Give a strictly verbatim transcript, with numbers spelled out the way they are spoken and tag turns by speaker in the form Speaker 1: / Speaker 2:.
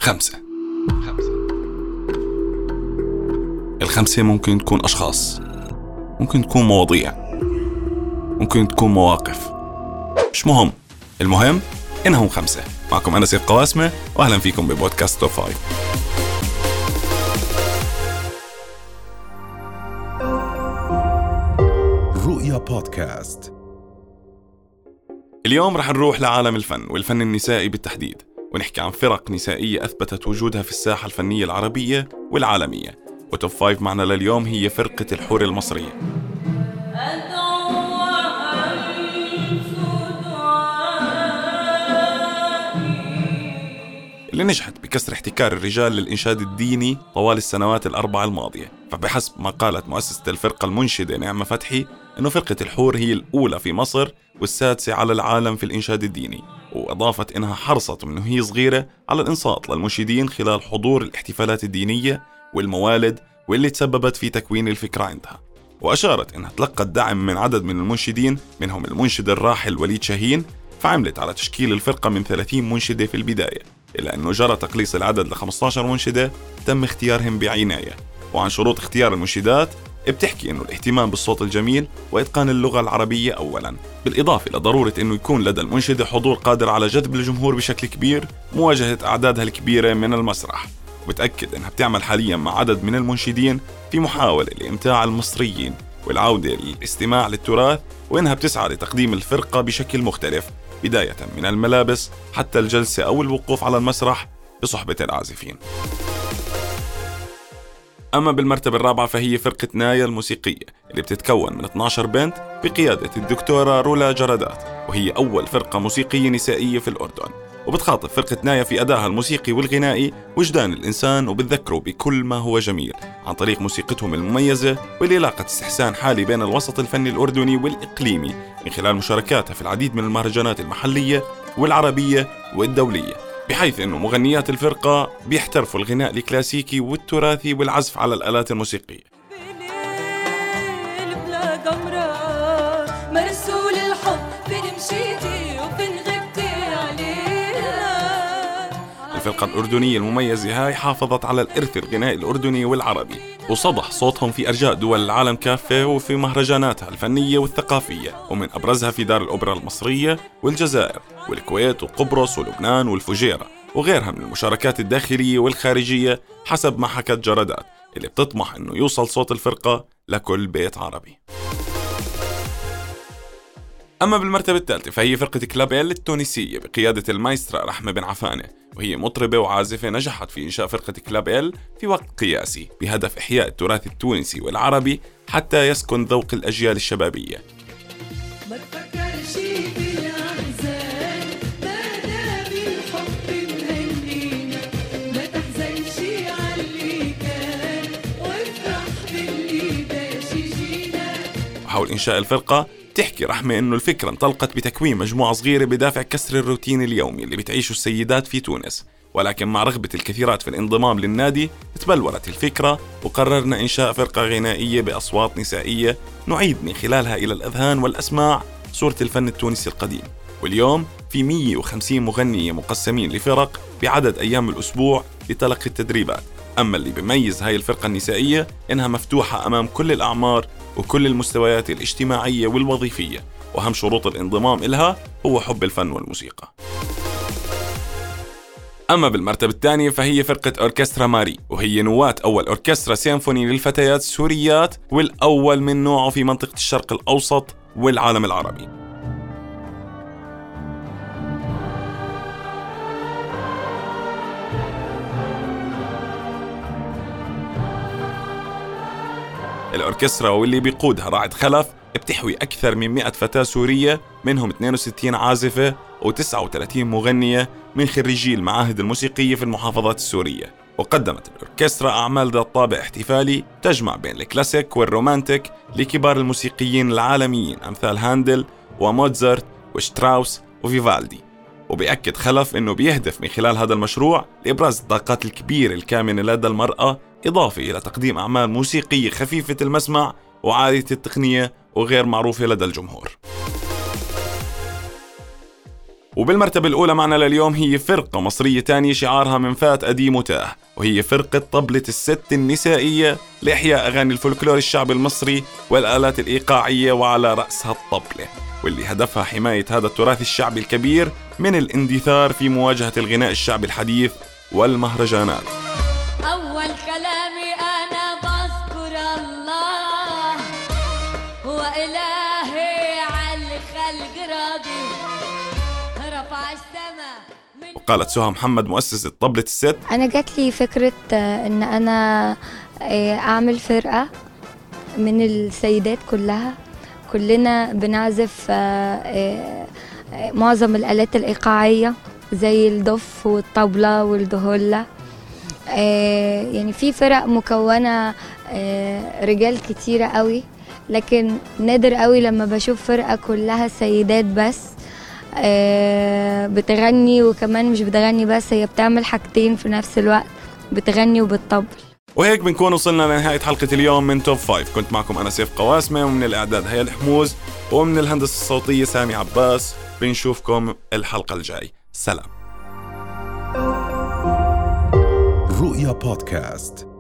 Speaker 1: خمسة. الخمسة ممكن تكون أشخاص، ممكن تكون مواضيع، ممكن تكون مواقف، مش مهم. المهم إنهم خمسة. معكم أنا سيد قواسمة، وأهلا فيكم ببودكاست توب فايف.
Speaker 2: رؤيا بودكاست.
Speaker 1: اليوم رح نروح لعالم الفن والفن النسائي بالتحديد، ونحكي عن فرق نسائية أثبتت وجودها في الساحة الفنية العربية والعالمية. وتوب فايف معنا لليوم هي فرقة الحور المصرية، اللي نجحت بكسر احتكار الرجال للإنشاد الديني طوال السنوات الأربع الماضية. فبحسب ما قالت مؤسسة الفرقة المنشدة نعمة فتحي، إنه فرقة الحور هي الأولى في مصر والسادسة على العالم في الإنشاد الديني، وأضافت إنها حرصت من هي صغيرة على الإنصات للمنشدين خلال حضور الاحتفالات الدينية والموالد، واللي تسببت في تكوين الفكرة عندها. وأشارت إنها تلقت دعم من عدد من المنشدين، منهم المنشد الراحل وليد شاهين، فعملت على تشكيل الفرقة من ثلاثين منشدة في البداية، إلا أنه جرى تقليص العدد ل خمسة عشر منشدة تم اختيارهم بعناية. وعن شروط اختيار المنشدات بتحكي إنه الاهتمام بالصوت الجميل وإتقان اللغة العربية أولاً، بالإضافة لضرورة إنه يكون لدى المنشدة حضور قادر على جذب الجمهور بشكل كبير، مواجهة أعدادها الكبيرة من المسرح. وبتأكد إنها بتعمل حالياً مع عدد من المنشدين في محاولة لإمتاع المصريين والعودة للاستماع للتراث، وإنها بتسعى لتقديم الفرقة بشكل مختلف، بداية من الملابس حتى الجلسة أو الوقوف على المسرح بصحبة العازفين. أما بالمرتبة الرابعة فهي فرقة نايا الموسيقية، اللي بتتكون من اثنتي عشرة بنت بقيادة الدكتورة رولا جرادات، وهي أول فرقة موسيقية نسائية في الأردن. وبتخاطب فرقة نايا في أدائها الموسيقي والغنائي وجدان الإنسان، وبتذكره بكل ما هو جميل عن طريق موسيقتهم المميزة، واللي لاقت استحسان حالي بين الوسط الفني الأردني والإقليمي من خلال مشاركاتها في العديد من المهرجانات المحلية والعربية والدولية، بحيث أنه مغنيات الفرقة بيحترفوا الغناء الكلاسيكي والتراثي والعزف على الآلات الموسيقية. الفرقة الأردنية المميزة هاي حافظت على الإرث الغنائي الأردني والعربي، وصدح صوتهم في أرجاء دول العالم كافة وفي مهرجاناتها الفنية والثقافية، ومن أبرزها في دار الأوبرا المصرية والجزائر والكويت وقبرص ولبنان والفجيرة، وغيرها من المشاركات الداخلية والخارجية، حسب ما حكت جرادات، اللي بتطمح أنه يوصل صوت الفرقة لكل بيت عربي. أما بالمرتبة الثالثة فهي فرقة كلاب إل التونسية بقيادة المايسترا رحمة بن عفانة، وهي مطربة وعازفة نجحت في إنشاء فرقة كلاب إل في وقت قياسي بهدف إحياء التراث التونسي والعربي حتى يسكن ذوق الأجيال الشبابية. وحول إنشاء الفرقة تحكي رحمة إنه الفكرة انطلقت بتكوين مجموعة صغيرة بدافع كسر الروتين اليومي اللي بتعيشه السيدات في تونس، ولكن مع رغبة الكثيرات في الانضمام للنادي تبلورت الفكرة، وقررنا إنشاء فرقة غنائية بأصوات نسائية نعيد من خلالها إلى الأذهان والأسماع صورة الفن التونسي القديم. واليوم في مية وخمسين مغنية مقسمين لفرق بعدد أيام الأسبوع لتلقي التدريبات. أما اللي بيميز هاي الفرقة النسائية إنها مفتوحة أمام كل الأعمار وكل المستويات الاجتماعية والوظيفية، وأهم شروط الانضمام إلها هو حب الفن والموسيقى. أما بالمرتبة الثانية فهي فرقة أوركسترا ماري، وهي نواة أول أوركسترا سيمفوني للفتيات السوريات، والأول من نوعه في منطقة الشرق الأوسط والعالم العربي. الأوركسترا واللي بيقودها راعد خلف بتحوي أكثر من مئة فتاة سورية، منهم اثنين وستين عازفة وتسعة وثلاثين مغنية من خريجي المعاهد الموسيقية في المحافظات السورية. وقدمت الأوركسترا أعمال ذات طابع احتفالي تجمع بين الكلاسيك والرومانتيك لكبار الموسيقيين العالميين أمثال هاندل وموتزارت وشتراوس وفيفالدي. وبيأكد خلف أنه بيهدف من خلال هذا المشروع لإبراز الطاقات الكبيرة الكامنة لدى المرأة، إضافة إلى تقديم أعمال موسيقية خفيفة المسمع وعالية التقنية وغير معروفة لدى الجمهور. وبالمرتبة الأولى معنا لليوم هي فرقة مصرية تانية شعارها من فات قديم وتاه، وهي فرقة طبلة الست النسائية لإحياء أغاني الفولكلور الشعبي المصري والآلات الإيقاعية وعلى رأسها الطبلة، واللي هدفها حماية هذا التراث الشعبي الكبير من الاندثار في مواجهة الغناء الشعبي الحديث والمهرجانات.
Speaker 3: أول كلامي أنا بذكر الله هو إلهي على الخلق راضي رفع السماء.
Speaker 1: وقالت سهى محمد مؤسسة طبلة الست:
Speaker 4: أنا جات لي فكرة إن أنا أعمل فرقة من السيدات كلها، كلنا بنعزف معظم الآلات الإيقاعية زي الدف والطبلة والدهولة. يعني في فرق مكونة رجال كتيرة قوي، لكن نادر قوي لما بشوف فرقة كلها سيدات بس بتغني، وكمان مش بتغني بس، هي بتعمل حاجتين في نفس الوقت، بتغني وبتطبل.
Speaker 1: وهيك بنكون وصلنا لنهاية حلقة اليوم من توب فايف. كنت معكم أنا سيف قواسمة، ومن الإعداد هيا الحموز، ومن الهندسة الصوتية سامي عباس. بنشوفكم الحلقة الجاي. سلام.
Speaker 2: رؤيا بودكاست.